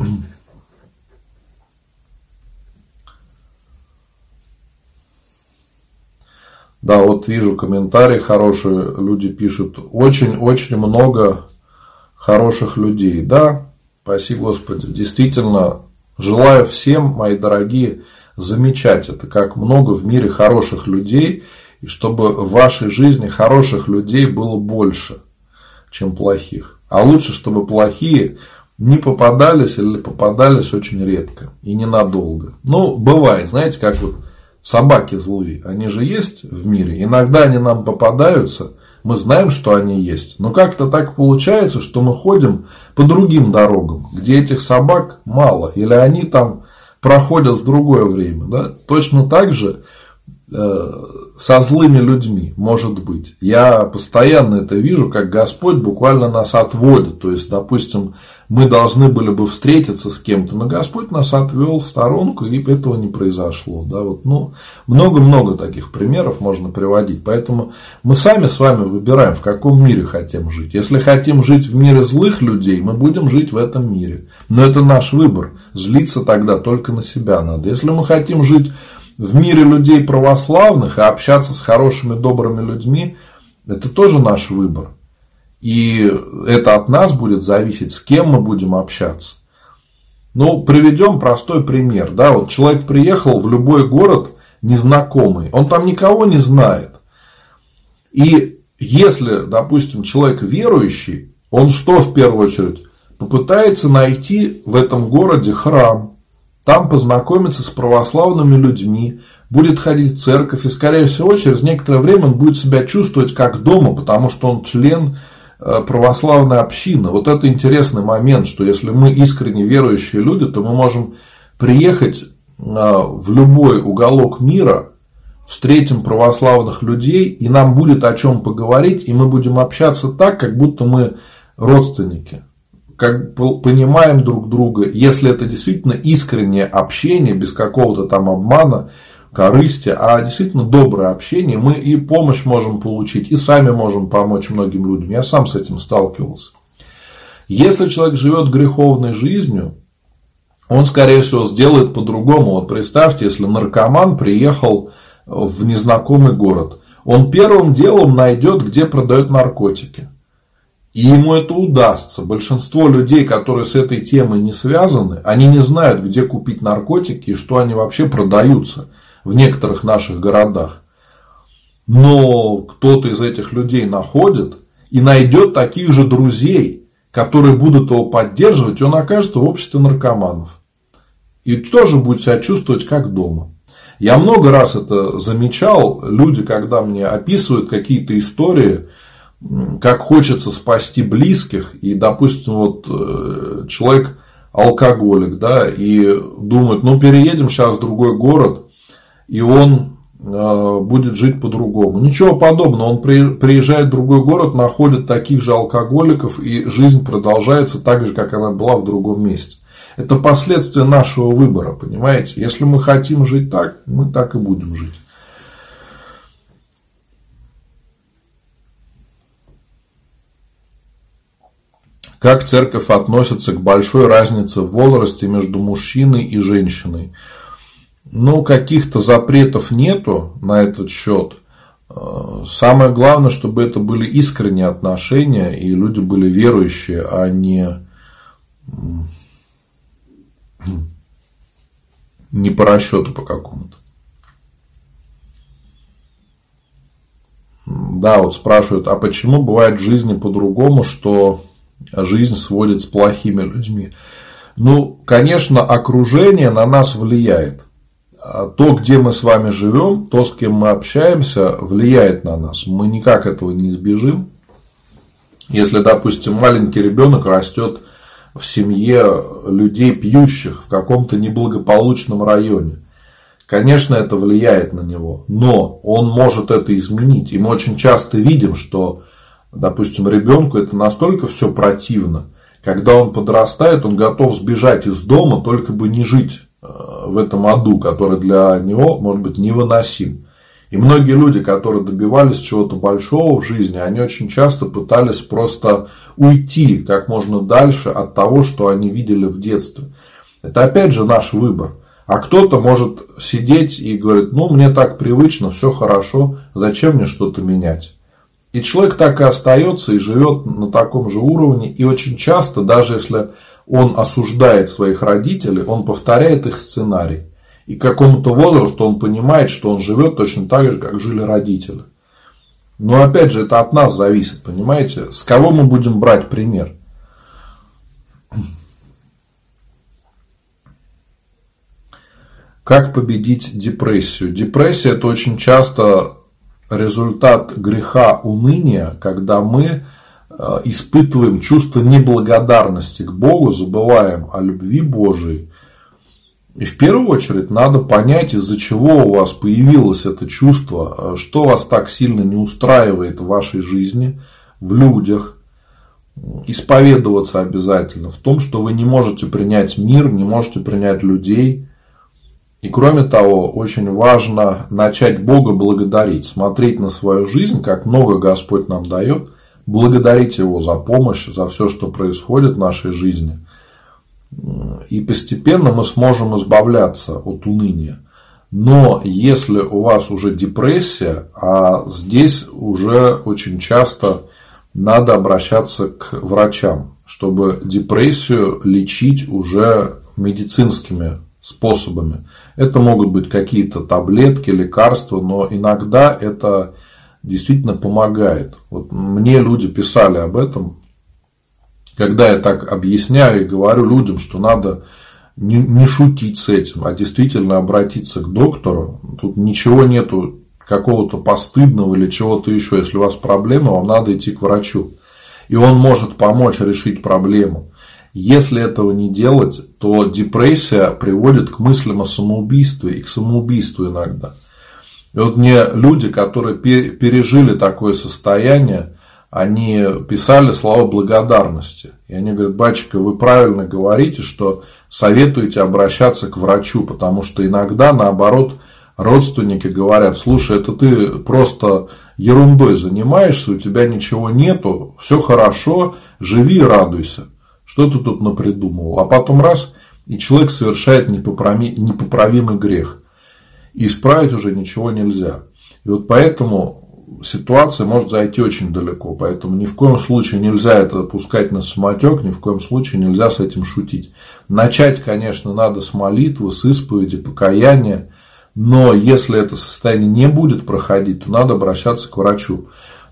Да, вот вижу комментарии хорошие, люди пишут. Очень-очень много хороших людей. Да, спаси Господи. Действительно, желаю всем, мои дорогие, замечать это, как много в мире хороших людей, и чтобы в вашей жизни хороших людей было больше, чем плохих. А лучше, чтобы плохие не попадались или попадались очень редко и ненадолго. Ну, бывает, знаете, как вот собаки злые, они же есть в мире. Иногда они нам попадаются, мы знаем, что они есть. Но как-то так получается, что мы ходим по другим дорогам, где этих собак мало. Или они там проходят в другое время. Да? Точно так же со злыми людьми, может быть. Я постоянно это вижу, как Господь буквально нас отводит. То есть, допустим, мы должны были бы встретиться с кем-то, но Господь нас отвел в сторонку, и этого не произошло. Да, вот, много-много таких примеров можно приводить. Поэтому мы сами с вами выбираем, в каком мире хотим жить. Если хотим жить в мире злых людей, мы будем жить в этом мире. Но это наш выбор. Злиться тогда только на себя надо. Если мы хотим жить в мире людей православных и общаться с хорошими, добрыми людьми, это тоже наш выбор. И это от нас будет зависеть, с кем мы будем общаться. Ну, приведем простой пример. Да? Вот человек приехал в любой город незнакомый, он там никого не знает. И если, допустим, человек верующий, он что в первую очередь? Попытается найти в этом городе храм. Там познакомиться с православными людьми, будет ходить в церковь, и, скорее всего, через некоторое время он будет себя чувствовать как дома, потому что он член православной общины. Вот это интересный момент, что если мы искренне верующие люди, то мы можем приехать в любой уголок мира, встретим православных людей, и нам будет о чем поговорить, и мы будем общаться так, как будто мы родственники. Как понимаем друг друга, если это действительно искреннее общение, без какого-то там обмана, корысти, а действительно доброе общение, мы и помощь можем получить, и сами можем помочь многим людям. Я сам с этим сталкивался. Если человек живет греховной жизнью, он, скорее всего, сделает по-другому. Вот представьте, если наркоман приехал в незнакомый город, он первым делом найдет, где продают наркотики. И ему это удастся. Большинство людей, которые с этой темой не связаны, они не знают, где купить наркотики и что они вообще продаются в некоторых наших городах. Но кто-то из этих людей находит и найдет таких же друзей, которые будут его поддерживать, и он окажется в обществе наркоманов. И тоже будет себя чувствовать как дома. Я много раз это замечал. Люди, когда мне описывают какие-то истории, как хочется спасти близких, и, допустим, вот человек алкоголик, да, и думает, ну, переедем сейчас в другой город, и он будет жить по-другому. Ничего подобного, он приезжает в другой город, находит таких же алкоголиков, и жизнь продолжается так же, как она была в другом месте. Это последствия нашего выбора, понимаете? Если мы хотим жить так, мы так и будем жить. Как церковь относится к большой разнице в возрасте между мужчиной и женщиной? Ну, каких-то запретов нету на этот счет. Самое главное, чтобы это были искренние отношения, и люди были верующие, а не по расчету по какому-то. Да, вот спрашивают, а почему бывает в жизни по-другому, что жизнь сводит с плохими людьми? Ну, конечно, окружение на нас влияет. То, где мы с вами живем, то, с кем мы общаемся, влияет на нас. Мы никак этого не избежим. Если, допустим, маленький ребенок растет в семье людей пьющих в каком-то неблагополучном районе, конечно, это влияет на него, но он может это изменить. И мы очень часто видим, что, допустим, ребенку это настолько все противно, когда он подрастает, он готов сбежать из дома, только бы не жить в этом аду, который для него может быть невыносим. И многие люди, которые добивались чего-то большого в жизни, они очень часто пытались просто уйти как можно дальше от того, что они видели в детстве. Это опять же наш выбор. А кто-то может сидеть и говорить, ну, мне так привычно, все хорошо, зачем мне что-то менять? И человек так и остается и живет на таком же уровне. И очень часто, даже если он осуждает своих родителей, он повторяет их сценарий. И к какому-то возрасту он понимает, что он живет точно так же, как жили родители. Но опять же, это от нас зависит, понимаете? С кого мы будем брать пример? Как победить депрессию? Депрессия – это очень часто результат греха уныния, когда мы испытываем чувство неблагодарности к Богу, забываем о любви Божией. И в первую очередь надо понять, из-за чего у вас появилось это чувство, что вас так сильно не устраивает в вашей жизни, в людях. Исповедоваться обязательно в том, что вы не можете принять мир, не можете принять людей. И кроме того, очень важно начать Бога благодарить, смотреть на свою жизнь, как много Господь нам дает, благодарить Его за помощь, за все, что происходит в нашей жизни. И постепенно мы сможем избавляться от уныния. Но если у вас уже депрессия, а здесь уже очень часто надо обращаться к врачам, чтобы депрессию лечить уже медицинскими способами. Это могут быть какие-то таблетки, лекарства, но иногда это действительно помогает. Вот мне люди писали об этом, когда я так объясняю и говорю людям, что надо не шутить с этим, а действительно обратиться к доктору. Тут ничего нету какого-то постыдного или чего-то еще. Если у вас проблема, вам надо идти к врачу. И он может помочь решить проблему. Если этого не делать, то депрессия приводит к мыслям о самоубийстве и к самоубийству иногда. И вот мне люди, которые пережили такое состояние, они писали слова благодарности. И они говорят: батюшка, вы правильно говорите, что советуете обращаться к врачу, потому что иногда, наоборот, родственники говорят: слушай, это ты просто ерундой занимаешься, у тебя ничего нету, все хорошо, живи и радуйся. Что ты тут напридумывал? А потом раз, и человек совершает непоправимый грех. И исправить уже ничего нельзя. И вот поэтому ситуация может зайти очень далеко. Поэтому ни в коем случае нельзя это пускать на самотек, ни в коем случае нельзя с этим шутить. Начать, конечно, надо с молитвы, с исповеди, покаяния. Но если это состояние не будет проходить, то надо обращаться к врачу.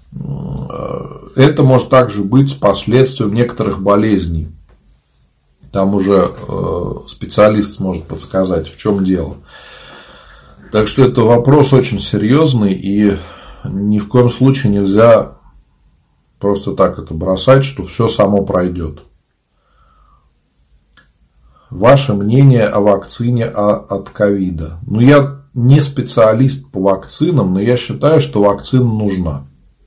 Это может также быть последствием некоторых болезней. Там уже специалист сможет подсказать, в чем дело. Так что это вопрос очень серьезный, и ни в коем случае нельзя просто так это бросать, что все само пройдет. Ваше мнение о вакцине от ковида? Ну, я не специалист по вакцинам, но я считаю, что вакцина нужна.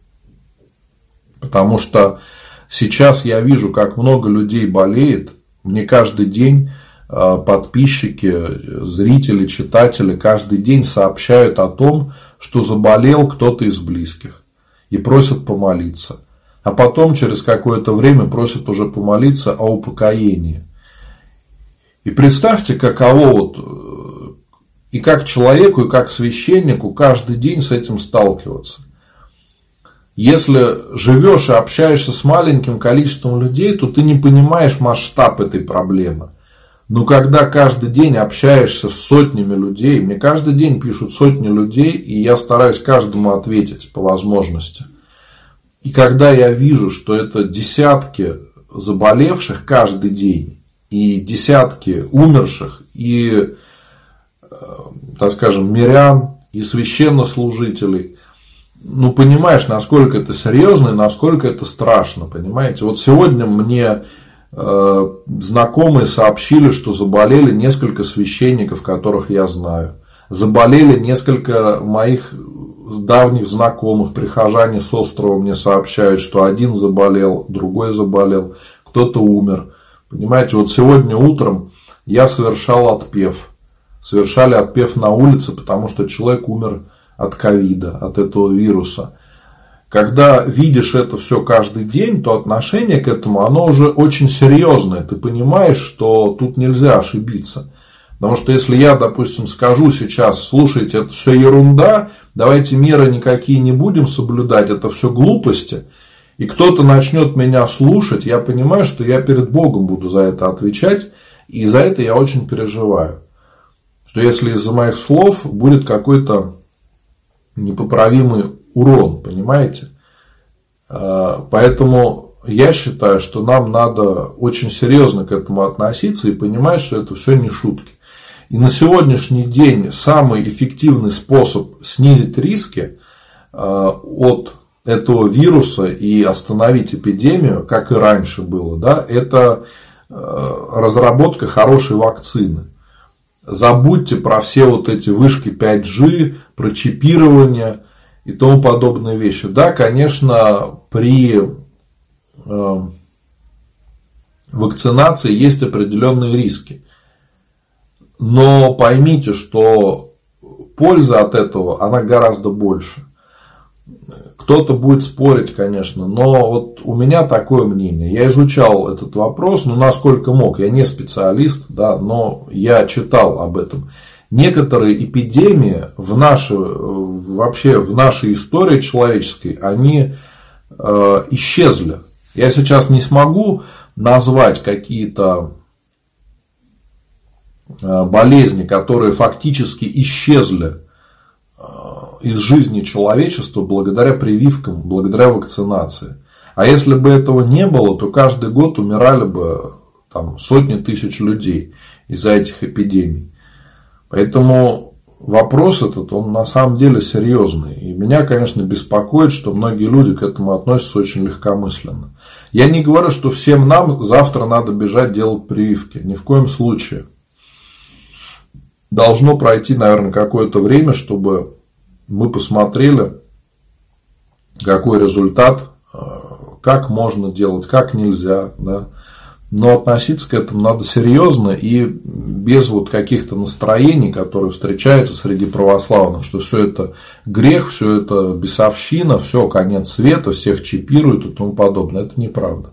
Потому что сейчас я вижу, как много людей болеет. Мне каждый день подписчики, зрители, читатели каждый день сообщают о том, что заболел кто-то из близких. И просят помолиться. А потом через какое-то время просят уже помолиться о упокоении. И представьте, каково вот и как человеку, и как священнику каждый день с этим сталкиваться. Если живешь и общаешься с маленьким количеством людей, то ты не понимаешь масштаб этой проблемы. Но когда каждый день общаешься с сотнями людей, мне каждый день пишут сотни людей, и я стараюсь каждому ответить по возможности. И когда я вижу, что это десятки заболевших каждый день, и десятки умерших, и, так скажем, мирян, и священнослужителей, ну, понимаешь, насколько это серьезно и насколько это страшно, понимаете? Вот сегодня мне знакомые сообщили, что заболели несколько священников, которых я знаю. Заболели несколько моих давних знакомых, прихожане с острова мне сообщают, что один заболел, другой заболел, кто-то умер. Понимаете, вот сегодня утром я совершал отпев. Совершали отпев на улице, потому что человек умер от ковида, от этого вируса. Когда видишь это все каждый день, то отношение к этому, оно уже очень серьезное. Ты понимаешь, что тут нельзя ошибиться. Потому что если я, допустим, скажу сейчас: слушайте, это все ерунда, давайте меры никакие не будем соблюдать, это все глупости, и кто-то начнет меня слушать, я понимаю, что я перед Богом буду за это отвечать, и за это я очень переживаю. что если из-за моих слов будет какой-то непоправимый урон, понимаете? Поэтому я считаю, что нам надо очень серьезно к этому относиться и понимать, что это все не шутки. И на сегодняшний день самый эффективный способ снизить риски от этого вируса и остановить эпидемию, как и раньше было, да, это разработка хорошей вакцины. Забудьте про все вот эти вышки 5G, про чипирование и тому подобные вещи. Да, конечно, при вакцинации есть определенные риски. Но поймите, что польза от этого, она гораздо больше. Кто-то будет спорить, конечно, но вот у меня такое мнение. Я изучал этот вопрос, насколько мог. Я не специалист, да, но я читал об этом. Некоторые эпидемии вообще в нашей истории человеческой, они исчезли. Я сейчас не смогу назвать какие-то болезни, которые фактически исчезли из жизни человечества благодаря прививкам, благодаря вакцинации. А если бы этого не было, то каждый год умирали бы сотни тысяч людей из-за этих эпидемий. Поэтому вопрос этот, он на самом деле серьезный. И меня, конечно, беспокоит, что многие люди к этому относятся очень легкомысленно. Я не говорю, что всем нам завтра надо бежать делать прививки. Ни в коем случае. Должно пройти, наверное, какое-то время, чтобы мы посмотрели, какой результат, как можно делать, как нельзя. Да? Но относиться к этому надо серьезно и без вот каких-то настроений, которые встречаются среди православных, что все это грех, все это бесовщина, все, конец света, всех чипируют и тому подобное. Это неправда.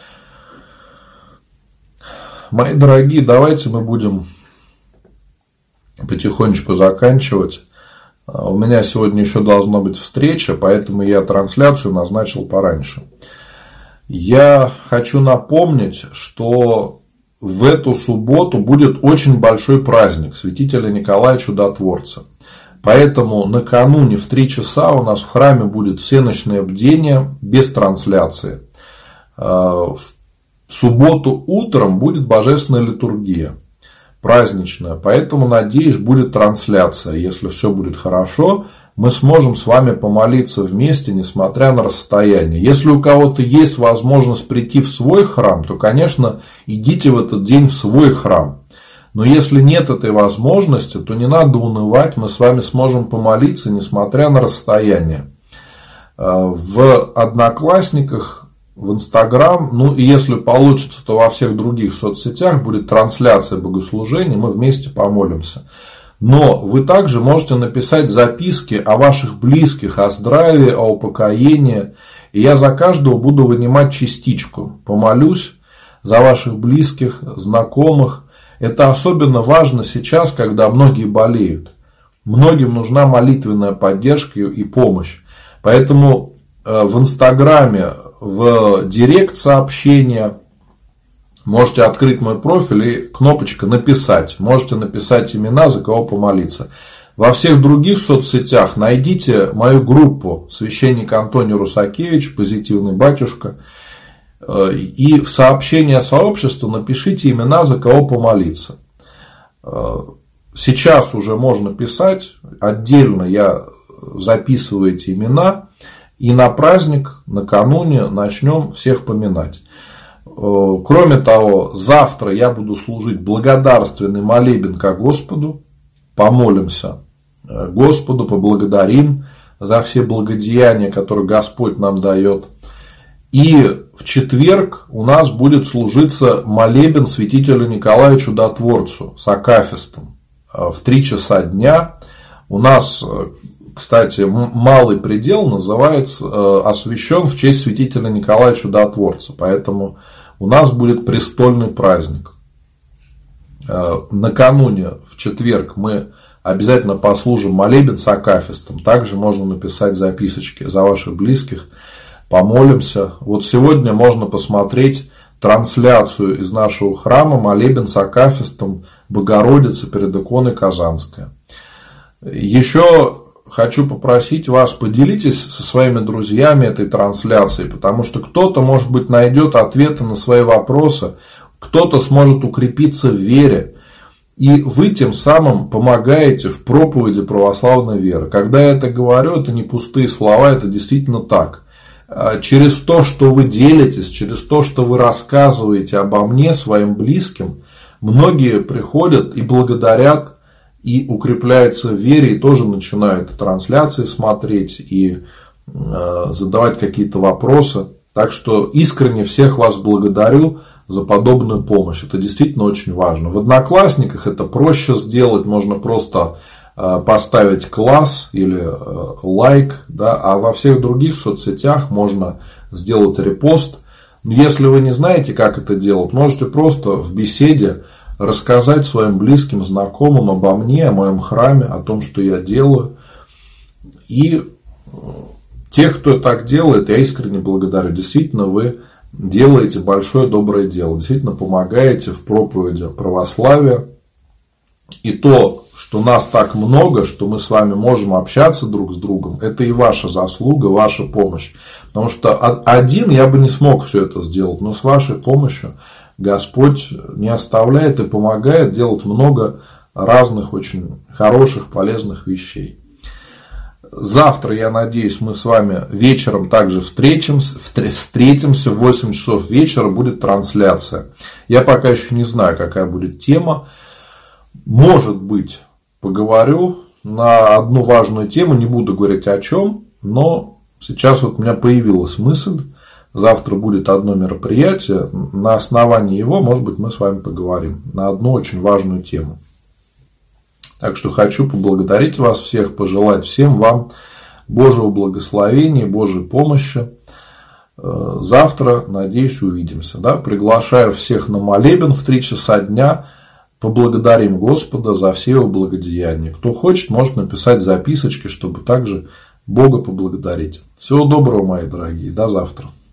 Мои дорогие, давайте мы будем потихонечку заканчивать. У меня сегодня еще должна быть встреча, поэтому я трансляцию назначил пораньше. Я хочу напомнить, что в эту субботу будет очень большой праздник святителя Николая Чудотворца. Поэтому накануне в 3 часа у нас в храме будет всеночное бдение без трансляции. В субботу утром будет божественная литургия. Праздничная. Поэтому, надеюсь, будет трансляция. Если все будет хорошо, мы сможем с вами помолиться вместе, несмотря на расстояние. Если у кого-то есть возможность прийти в свой храм, то, конечно, идите в этот день в свой храм. Но если нет этой возможности, то не надо унывать, мы с вами сможем помолиться, несмотря на расстояние. В Одноклассниках, в Инстаграм, и если получится, то во всех других соцсетях будет трансляция богослужений, мы вместе помолимся. Но вы также можете написать записки о ваших близких, о здравии, о упокоении. И я за каждого буду вынимать частичку. Помолюсь за ваших близких, знакомых. Это особенно важно сейчас, когда многие болеют. Многим нужна молитвенная поддержка и помощь. Поэтому в Инстаграме, в директ сообщения можете открыть мой профиль и кнопочка «Написать». Можете написать имена, за кого помолиться. Во всех других соцсетях найдите мою группу «Священник Антоний Русакевич», «Позитивный батюшка». И в сообщение сообщества напишите имена, за кого помолиться. Сейчас уже можно писать. Отдельно я записываю эти имена. И на праздник, накануне начнем всех поминать. Кроме того, завтра я буду служить благодарственный молебен ко Господу. Помолимся Господу, поблагодарим за все благодеяния, которые Господь нам дает. И в четверг у нас будет служиться молебен святителю Николаю Чудотворцу с акафистом в 3 часа дня. У нас, кстати, малый предел называется, освящен в честь святителя Николая Чудотворца. Поэтому у нас будет престольный праздник. Накануне, в четверг, мы обязательно послужим молебен с акафистом. Также можно написать записочки за ваших близких. Помолимся. Вот сегодня можно посмотреть трансляцию из нашего храма молебен с акафистом Богородицы перед иконой Казанская. Еще хочу попросить вас, поделитесь со своими друзьями этой трансляцией, потому что кто-то, может быть, найдет ответы на свои вопросы, кто-то сможет укрепиться в вере, и вы тем самым помогаете в проповеди православной веры. Когда я это говорю, это не пустые слова, это действительно так. Через то, что вы делитесь, через то, что вы рассказываете обо мне своим близким, многие приходят и благодарят, и укрепляются в вере, и тоже начинают трансляции смотреть, и задавать какие-то вопросы. Так что искренне всех вас благодарю за подобную помощь. Это действительно очень важно. В Одноклассниках это проще сделать, можно просто поставить класс или лайк, да, а во всех других соцсетях можно сделать репост. Но если вы не знаете, как это делать, можете просто в беседе рассказать своим близким, знакомым обо мне, о моем храме, о том, что я делаю. И тех, кто так делает, я искренне благодарю. Действительно, вы делаете большое доброе дело. Действительно, помогаете в проповеди православия. И то, что нас так много, что мы с вами можем общаться друг с другом, это и ваша заслуга, ваша помощь. Потому что один я бы не смог все это сделать, но с вашей помощью Господь не оставляет и помогает делать много разных очень хороших, полезных вещей. Завтра, я надеюсь, мы с вами вечером также встретимся. В 8 часов вечера будет трансляция. Я пока еще не знаю, какая будет тема. Может быть, поговорю на одну важную тему, не буду говорить о чем, но сейчас вот у меня появилась мысль. Завтра будет одно мероприятие, на основании его, может быть, мы с вами поговорим на одну очень важную тему. Так что хочу поблагодарить вас всех, пожелать всем вам Божьего благословения, Божьей помощи. Завтра, надеюсь, увидимся. Да? Приглашаю всех на молебен в 3 часа дня. Поблагодарим Господа за все его благодеяния. Кто хочет, может написать записочки, чтобы также Бога поблагодарить. Всего доброго, мои дорогие. До завтра.